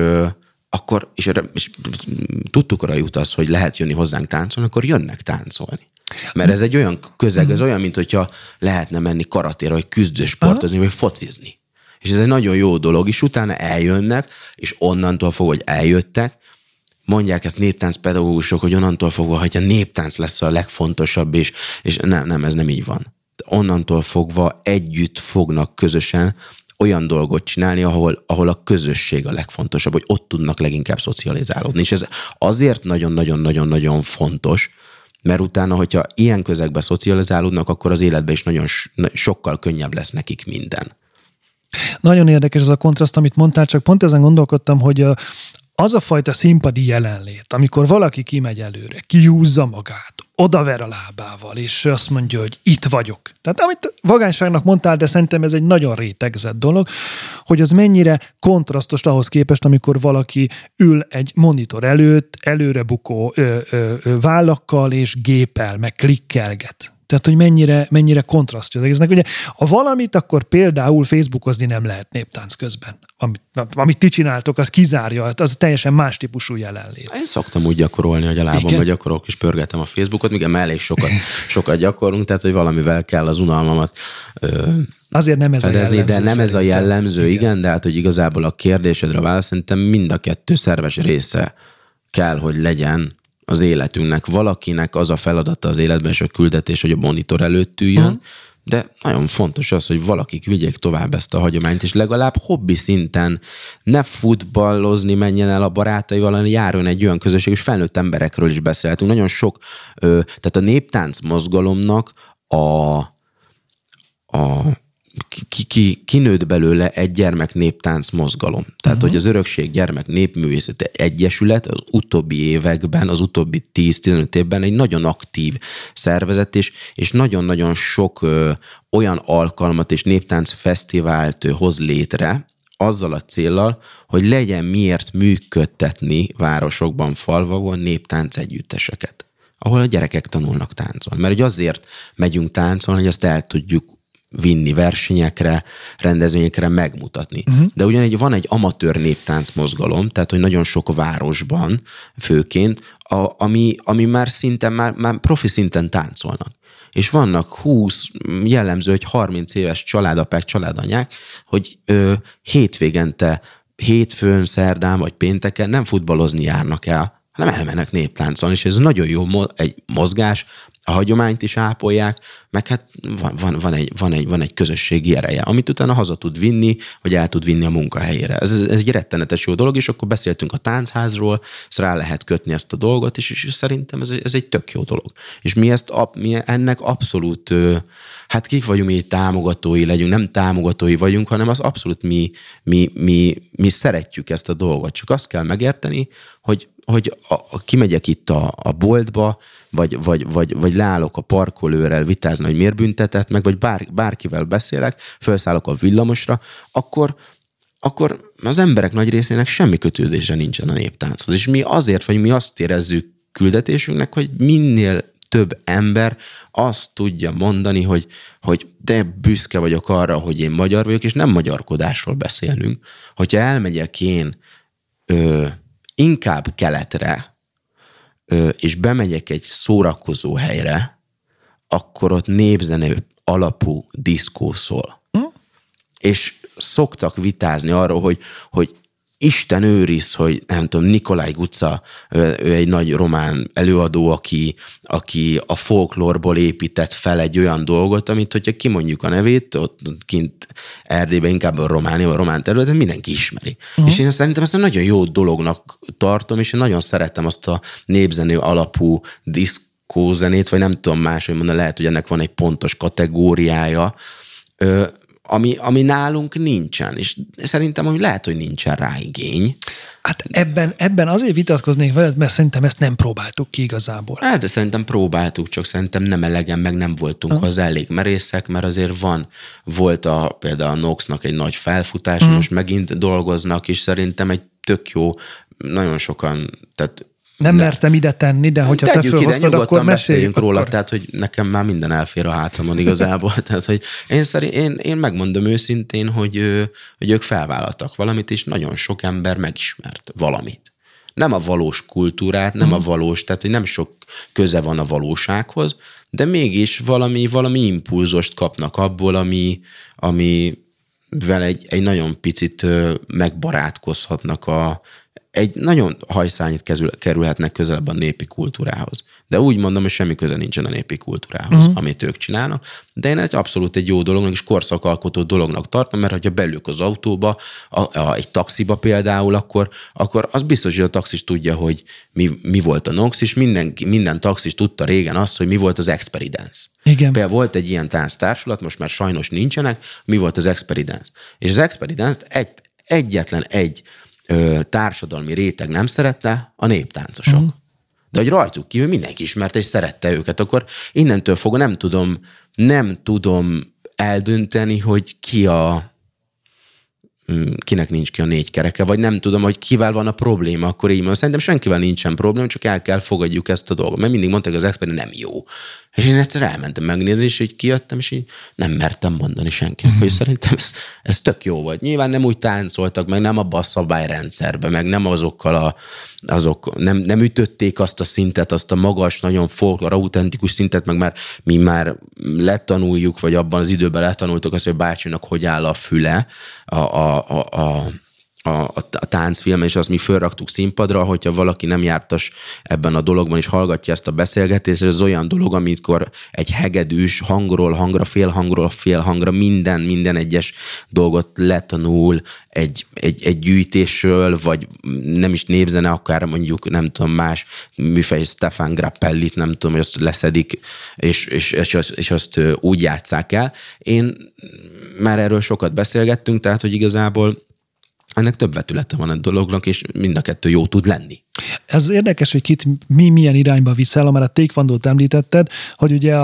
tudtuk arra jut az, hogy lehet jönni hozzánk táncolni, akkor jönnek táncolni. Mert ez egy olyan közeg, ez olyan, mint hogyha lehetne menni karatéra, vagy küzdősportozni, vagy focizni. És ez egy nagyon jó dolog, és utána eljönnek, és onnantól fogva, hogy eljöttek, mondják ezt néptánc pedagógusok, hogy onnantól fogva, hogy a néptánc lesz a legfontosabb, és nem, ez nem így van. Onnantól fogva együtt fognak közösen olyan dolgot csinálni, ahol a közösség a legfontosabb, hogy ott tudnak leginkább szocializálódni. És ez azért nagyon-nagyon-nagyon-nagyon fontos, mert utána, hogyha ilyen közegben szocializálódnak, akkor az életben is nagyon sokkal könnyebb lesz nekik minden. Nagyon érdekes ez a kontraszt, amit mondtál, csak pont ezen gondolkodtam, hogy az a fajta színpadi jelenlét, amikor valaki kimegy előre, kihúzza magát, odaver a lábával, és azt mondja, hogy itt vagyok. Tehát amit vagányságnak mondtál, de szerintem ez egy nagyon rétegzett dolog, hogy az mennyire kontrasztos ahhoz képest, amikor valaki ül egy monitor előtt, előrebukó vállakkal és gépel, meg klikkelget. Tehát, hogy mennyire kontrasztja az egésznek. Ugye, ha valamit, akkor például Facebookozni nem lehet néptánc közben. Amit ti csináltok, az kizárja, az teljesen más típusú jelenlét. Én szoktam úgy gyakorolni, hogy a lábammal gyakorolok, és pörgetem a Facebookot, míg elég sokat gyakorlunk, tehát, hogy valamivel kell az unalmamat azért nem ez a jellemző. De nem ez a jellemző, igen, de hát, hogy igazából a kérdésedre válasz, szerintem mind a kettő szerves része kell, hogy legyen az életünknek. Valakinek az a feladata az életben, és a küldetés, hogy a monitor előtt üljön, de nagyon fontos az, hogy valakik vigyék tovább ezt a hagyományt, és legalább hobbi szinten ne futballozni menjen el a barátaival, hanem járjon egy olyan közösség, és felnőtt emberekről is beszélhetünk. Nagyon sok, tehát a néptánc mozgalomnak kinőtt belőle egy gyermek néptánc mozgalom. Tehát, hogy az Örökség Gyermek Népművészeti Egyesület az utóbbi években, az utóbbi 10-15 évben egy nagyon aktív szervezet, és nagyon-nagyon sok olyan alkalmat és néptánc fesztivált hoz létre, azzal a céllal, hogy legyen miért működtetni városokban, falvakban néptánc együtteseket, ahol a gyerekek tanulnak táncolni. Mert hogy azért megyünk táncolni, hogy ezt el tudjuk vinni versenyekre, rendezvényekre, megmutatni. De ugyanígy van egy amatőr néptánc mozgalom, tehát hogy nagyon sok városban főként, ami már szinte, már profi szinten táncolnak. És vannak 20, jellemző, hogy 30 éves családapák, családanyák, hogy hétvégente, hétfőn, szerdán vagy pénteken nem futballozni járnak el, hanem elmennek néptáncolni, és ez nagyon jó egy mozgás, a hagyományt is ápolják, meg hát van egy közösségi ereje, amit utána haza tud vinni, vagy el tud vinni a munkahelyére. Ez egy rettenetes jó dolog, és akkor beszéltünk a táncházról, rá lehet kötni ezt a dolgot, és szerintem ez egy tök jó dolog. És mi ennek abszolút, hát kik vagyunk, mi támogatói legyünk, nem támogatói vagyunk, hanem az abszolút mi szeretjük ezt a dolgot. Csak azt kell megérteni, hogy kimegyek itt a boltba, vagy leállok a parkolőrrel vitázni, hogy miért büntetett meg, vagy bárkivel beszélek, felszállok a villamosra, akkor az emberek nagy részének semmi kötődése nincsen a néptánchoz. És mi azért, vagy mi azt érezzük küldetésünknek, hogy minél több ember azt tudja mondani, hogy de büszke vagyok arra, hogy én magyar vagyok, és nem magyarkodásról beszélünk. Hogyha elmegyek én inkább keletre, és bemegyek egy szórakozó helyre, akkor ott népzene alapú diszkó szól. És szoktak vitázni arról, hogy Isten őriz, hogy nem tudom, Nikolaj Guca, ő egy nagy román előadó, aki a folklórból épített fel egy olyan dolgot, amit, hogyha kimondjuk a nevét, ott kint Erdélyben, inkább a román területen, mindenki ismeri. És én szerintem ezt egy nagyon jó dolognak tartom, és én nagyon szeretem azt a népzenő alapú diszkó diszkózenét, vagy nem tudom máshogy mondani, lehet, hogy ennek van egy pontos kategóriája, ami nálunk nincsen, és szerintem hogy lehet, hogy nincsen rá igény. Hát ebben azért vitatkoznék veled, mert szerintem ezt nem próbáltuk ki igazából. Hát de szerintem próbáltuk, csak szerintem nem elegen, meg nem voltunk hozzá elég merészek, mert azért volt például a Noxnak egy nagy felfutás, most megint dolgoznak, és szerintem egy tök jó, nagyon sokan, tehát nem mertem ide tenni, de hogyha te fölhoztad, akkor beszéljünk róla, tehát hogy nekem már minden elfér a hátramon igazából. Tehát, hogy én megmondom őszintén, hogy ők felvállaltak valamit, és nagyon sok ember megismert valamit. Nem a valós kultúrát, nem a valós, tehát hogy nem sok köze van a valósághoz, de mégis valami impulzust kapnak abból, amivel egy nagyon picit megbarátkozhatnak egy nagyon hajszányit kerülhetnek közelebb a népi kultúrához. De úgy mondom, hogy semmi köze nincsen a népi kultúrához, amit ők csinálnak. De én abszolút egy jó dolognak és korszakalkotó dolognak tartom, mert ha beülök az autóba, egy taxiba például, akkor az biztos, hogy a taxis tudja, hogy mi volt a Nox, és minden taxis tudta régen azt, hogy mi volt az Experience. Igen. Például volt egy ilyen tánctársulat, most már sajnos nincsenek, mi volt az Experience. És az Experience-t egyetlen egy társadalmi réteg nem szerette, a néptáncosok. De hogy rajtuk kívül mindenki ismerte és szerette őket, akkor innentől fogva nem tudom eldönteni, hogy kinek nincs ki a 4 kereke, vagy nem tudom, hogy kivel van a probléma, akkor így mondom. Szerintem senkivel nincsen probléma, csak el kell fogadjuk ezt a dolgot. Mert mindig mondták, hogy az Expert nem jó. És én egyszer elmentem megnézni, és így kijöttem, és így nem mertem mondani senkinek, hogy szerintem ez tök jó volt. Nyilván nem úgy táncoltak, meg nem abban a szabályrendszerben, meg nem nem ütötték azt a szintet, azt a magas, nagyon folklór, autentikus szintet, meg mi már letanuljuk, vagy abban az időben letanultuk azt, hogy a bácsinak hogy áll a füle a táncfilm, és azt mi fölraktuk színpadra, hogyha valaki nem jártas ebben a dologban, és hallgatja ezt a beszélgetést, ez olyan dolog, amikor egy hegedűs hangról hangra, fél hangra minden egyes dolgot letanul egy gyűjtésről, vagy nem is népzene, akár mondjuk, nem tudom, más műfej, Stefan Grappellit, nem tudom, hogy azt leszedik, és azt úgy játsszák el. Én már erről sokat beszélgettünk, tehát, hogy igazából ennek több vetülete van a dolognak, és mind a kettő jó tud lenni. Ez érdekes, hogy milyen irányba viszel, mert a taekwondót említetted, hogy ugye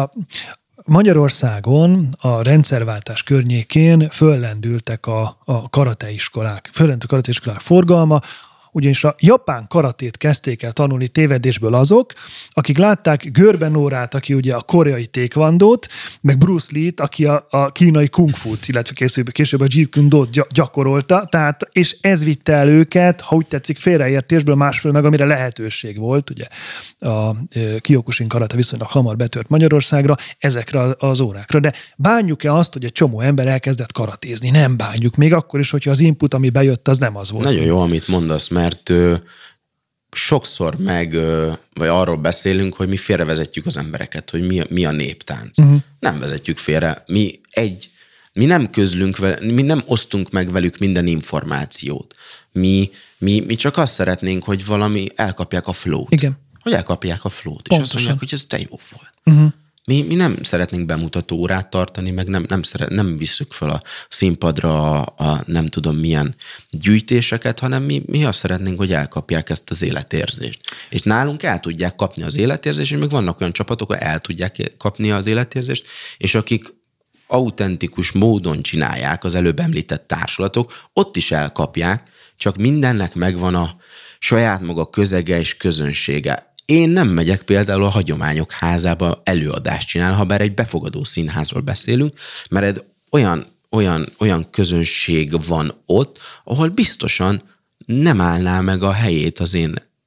Magyarországon a rendszerváltás környékén föllendültek a karateiskolák, forgalma, ugyanis a japán karatét kezdték el tanulni tévedésből azok, akik látták Görben Nórát, aki ugye a koreai taekwondót, meg Bruce Lee-t, aki a kínai kung fu-t, illetve később a Jeet Kune Do-t gyakorolta, tehát, és ez vitte el őket, ha úgy tetszik, félreértésből másfél meg, amire lehetőség volt, ugye a Kyokushin karate viszonylag hamar betört Magyarországra, ezekre az órákra. De bánjuk-e azt, hogy egy csomó ember elkezdett karatézni? Nem bánjuk, még akkor is, hogyha az input, ami bejött, az nem az volt. Nagyon jó, amit mondasz, mert sokszor vagy arról beszélünk, hogy mi félrevezetjük az embereket, hogy mi a néptánc. Nem vezetjük félre. Mi nem közlünk vele, mi nem osztunk meg velük minden információt. Mi csak azt szeretnénk, hogy elkapják a flow-t. Igen. Hogy elkapják a flow-t. És azt mondják, hogy ez te jó volt. Mi nem szeretnénk bemutató órát tartani, meg nem visszük fel a színpadra a nem tudom milyen gyűjtéseket, hanem mi azt szeretnénk, hogy elkapják ezt az életérzést. És nálunk el tudják kapni az életérzést, és még vannak olyan csapatok, ahol el tudják kapni az életérzést, és akik autentikus módon csinálják az előbb említett társulatok, ott is elkapják, csak mindennek megvan a saját maga közege és közönsége. Én nem megyek például a Hagyományok Házába előadást csinálni, ha bár egy befogadó színházról beszélünk, mert olyan közönség van ott, ahol biztosan nem állná meg a helyét az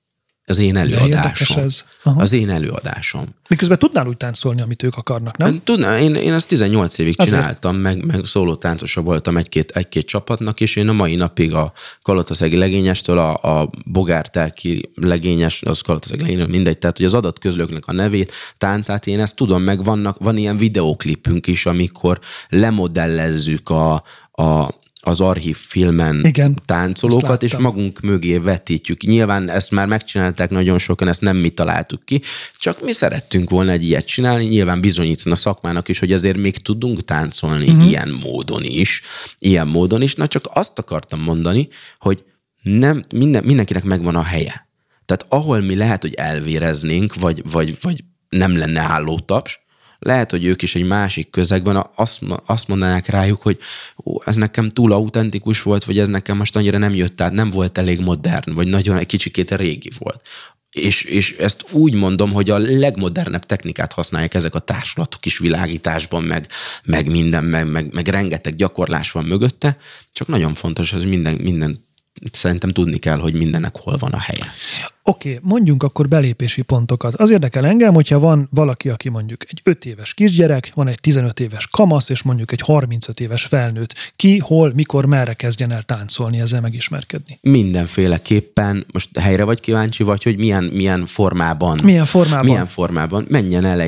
én előadásom. Az én előadásom. Miközben tudnál úgy táncolni, amit ők akarnak, nem? Én ezt 18 évig csináltam, meg szóló táncosa voltam egy-két csapatnak, és én a mai napig a Kalotaszegi legényestől a Bogártelki legényes, az Kalotaszegi legényes, mindegy, tehát hogy az adatközlőknek a nevét, táncát, én ezt tudom, meg van ilyen videóklipünk is, amikor lemodellezzük az archív filmen igen, táncolókat, és magunk mögé vetítjük. Nyilván ezt már megcsinálták nagyon sokan, ezt nem mi találtuk ki, csak mi szerettünk volna egy ilyet csinálni, nyilván bizonyítani a szakmának is, hogy azért még tudunk táncolni ilyen módon is. Na csak azt akartam mondani, hogy nem, mindenkinek megvan a helye. Tehát ahol mi lehet, hogy elvéreznénk, vagy nem lenne állótaps, lehet, hogy ők is egy másik közegben azt mondanák rájuk, hogy ez nekem túl autentikus volt, vagy ez nekem most annyira nem jött át, nem volt elég modern, vagy nagyon egy kicsikét régi volt. És ezt úgy mondom, hogy a legmodernebb technikát használják ezek a társulatok is világításban, meg minden, meg rengeteg gyakorlás van mögötte, csak nagyon fontos, hogy minden szerintem tudni kell, hogy mindennek hol van a helye. Oké, mondjunk akkor belépési pontokat. Az érdekel engem, hogyha van valaki, aki mondjuk egy 5 éves kisgyerek, van egy 15 éves kamasz, és mondjuk egy 35 éves felnőtt. Ki, hol, mikor, merre kezdjen el táncolni, ezzel megismerkedni? Mindenféleképpen. Most helyre vagy kíváncsi, vagy hogy milyen formában? Milyen formában? Menjen el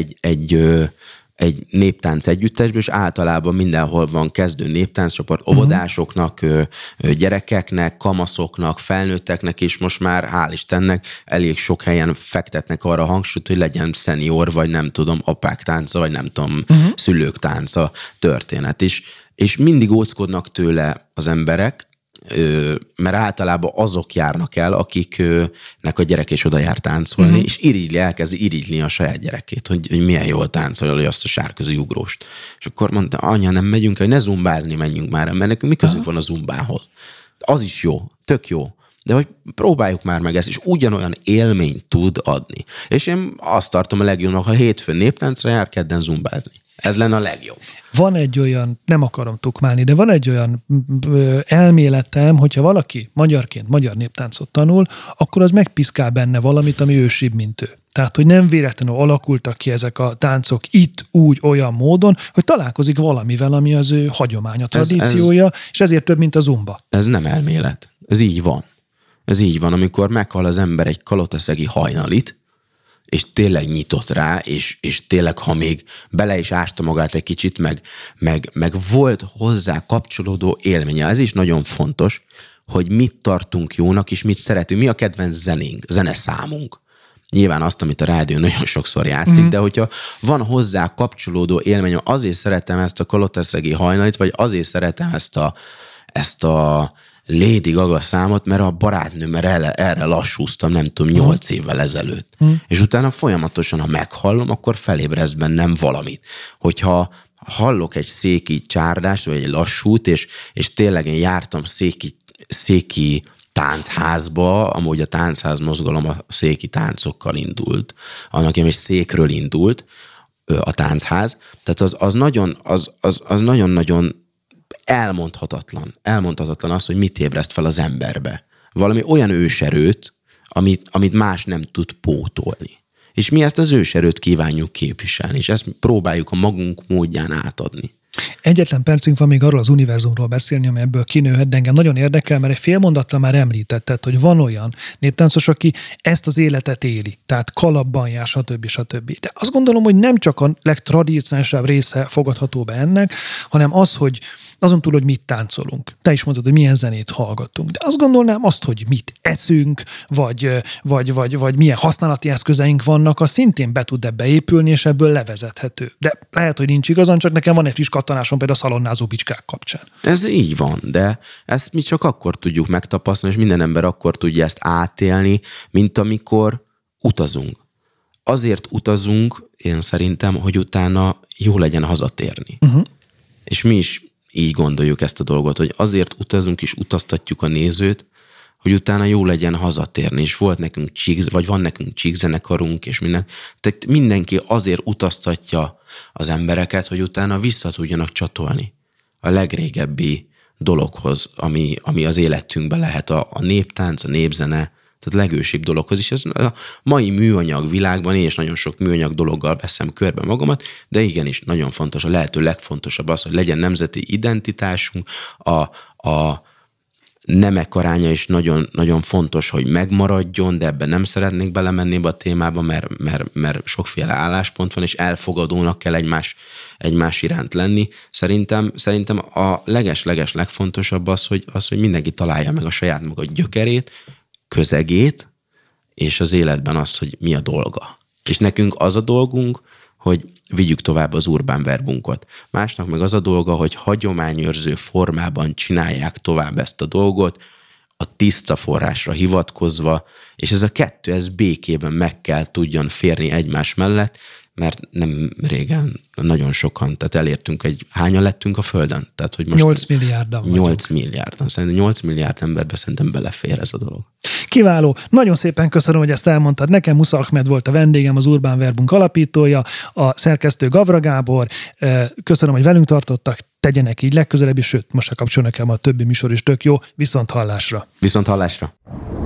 egy néptánc együttesből, és általában mindenhol van kezdő néptánccsoport, óvodásoknak, gyerekeknek, kamaszoknak, felnőtteknek, és most már hál' Istennek elég sok helyen fektetnek arra a hangsúlyt, hogy legyen szenior, vagy nem tudom, apák tánca, vagy nem tudom, szülők tánca történet is. És mindig óckodnak tőle az emberek, mert általában azok járnak el, akiknek a gyerek is oda jár táncolni, és elkezdi irigyli a saját gyerekét, hogy milyen jól táncolja azt a sárközi ugróst. És akkor mondta, anya, nem megyünk el, ne zumbázni menjünk már, mert nekünk mi közünk van a zumbához. Az is jó, tök jó. De hogy próbáljuk már meg ezt, és ugyanolyan élményt tud adni. És én azt tartom a legjobbnak, ha hétfőn néptáncra jár, kedden zumbázni. Ez lenne a legjobb. Van egy olyan, nem akarom tukmálni, de van egy olyan elméletem, hogyha valaki magyarként magyar néptáncot tanul, akkor az megpiszkál benne valamit, ami ősibb, mint ő. Tehát, hogy nem véletlenül alakultak ki ezek a táncok itt, úgy, olyan módon, hogy találkozik valamivel, ami az ő hagyománya, tradíciója, és ezért több, mint a zumba. Ez nem elmélet. Ez így van. Ez így van, amikor meghal az ember egy kalotaszegi hajnalit, és tényleg nyitott rá, és tényleg, ha még bele is ásta magát egy kicsit, meg volt hozzá kapcsolódó élménye. Ez is nagyon fontos, hogy mit tartunk jónak, és mit szeretünk. Mi a kedvenc zeneszámunk. Nyilván azt, amit a rádió nagyon sokszor játszik, de hogyha van hozzá kapcsolódó élményem, azért szeretem ezt a kalotaszegi hajnalit, vagy azért szeretem ezt a Lady Gaga számot, mert a barátnőmmel erre lassúztam, nem tudom, 8 évvel ezelőtt. És utána folyamatosan, ha meghallom, akkor felébrez bennem valamit. Hogyha hallok egy széki csárdást, vagy egy lassút, és tényleg én jártam széki táncházba, amúgy a táncház mozgalom a széki táncokkal indult, annak egy székről indult a táncház, tehát az nagyon-nagyon elmondhatatlan az, hogy mit ébreszt fel az emberbe. Valami olyan őserőt, amit más nem tud pótolni. És mi ezt az őserőt kívánjuk képviselni, és ezt próbáljuk a magunk módján átadni. Egyetlen percünk van még arról az univerzumról beszélni, ami ebből kinőhet, de engem nagyon érdekel, mert egy fél mondattal már említetted, hogy van olyan néptáncos, aki ezt az életet éli, tehát kalapban jár, stb. De azt gondolom, hogy nem csak a legtradicionálisabb része fogadható be ennek, hanem az, hogy azon túl, hogy mit táncolunk. Te is mondtad, hogy milyen zenét hallgatunk. De azt gondolnám azt, hogy mit eszünk, vagy milyen használati eszközeink vannak, az szintén be tud ebbe épülni, és ebből levezethető. De lehet, hogy nincs igazán, csak nekem van egy friss kattanásom például a szalonnázó bicskák kapcsán. Ez így van, de ezt mi csak akkor tudjuk megtapasztalni, és minden ember akkor tudja ezt átélni, mint amikor utazunk. Azért utazunk, én szerintem, hogy utána jó legyen hazatérni. És mi is így gondoljuk ezt a dolgot, hogy azért utazunk és utaztatjuk a nézőt, hogy utána jó legyen hazatérni, és volt nekünk van nekünk csíkzenekarunk, és minden. Tehát mindenki azért utaztatja az embereket, hogy utána vissza tudjanak csatolni a legrégebbi dologhoz, ami az életünkben lehet, a néptánc, a népzene, tehát legősibb dologhoz is. Ez a mai műanyag világban, én is nagyon sok műanyag dologgal veszem körbe magamat, de igenis nagyon fontos, a lehető legfontosabb az, hogy legyen nemzeti identitásunk, nemek aránya is nagyon, nagyon fontos, hogy megmaradjon, de ebben nem szeretnék belemenni a témába, mert sokféle álláspont van, és elfogadónak kell egymás iránt lenni. Szerintem a leges legfontosabb az, hogy mindenki találja meg a saját maga gyökerét, közegét, és az életben azt, hogy mi a dolga. És nekünk az a dolgunk, hogy vigyük tovább az urbán verbunkot. Másnak meg az a dolga, hogy hagyományőrző formában csinálják tovább ezt a dolgot, a tiszta forrásra hivatkozva, és ez a kettő, ez békében meg kell tudjon férni egymás mellett, mert nem régen nagyon sokan, tehát elértünk hányan lettünk a Földön? Tehát, hogy most 8 milliárdan vagyunk. 8 milliárdan. Szerintem 8 milliárd emberbe szerintem belefér ez a dolog. Kiváló. Nagyon szépen köszönöm, hogy ezt elmondtad. Nekem Musza Ahmed volt a vendégem, az Urbán Verbunk alapítója, a szerkesztő Gavra Gábor. Köszönöm, hogy velünk tartottak. Tegyenek így legközelebb is, sőt, most a kapcsolnak el a többi műsor is tök jó. Viszont hallásra. Viszont hallásra.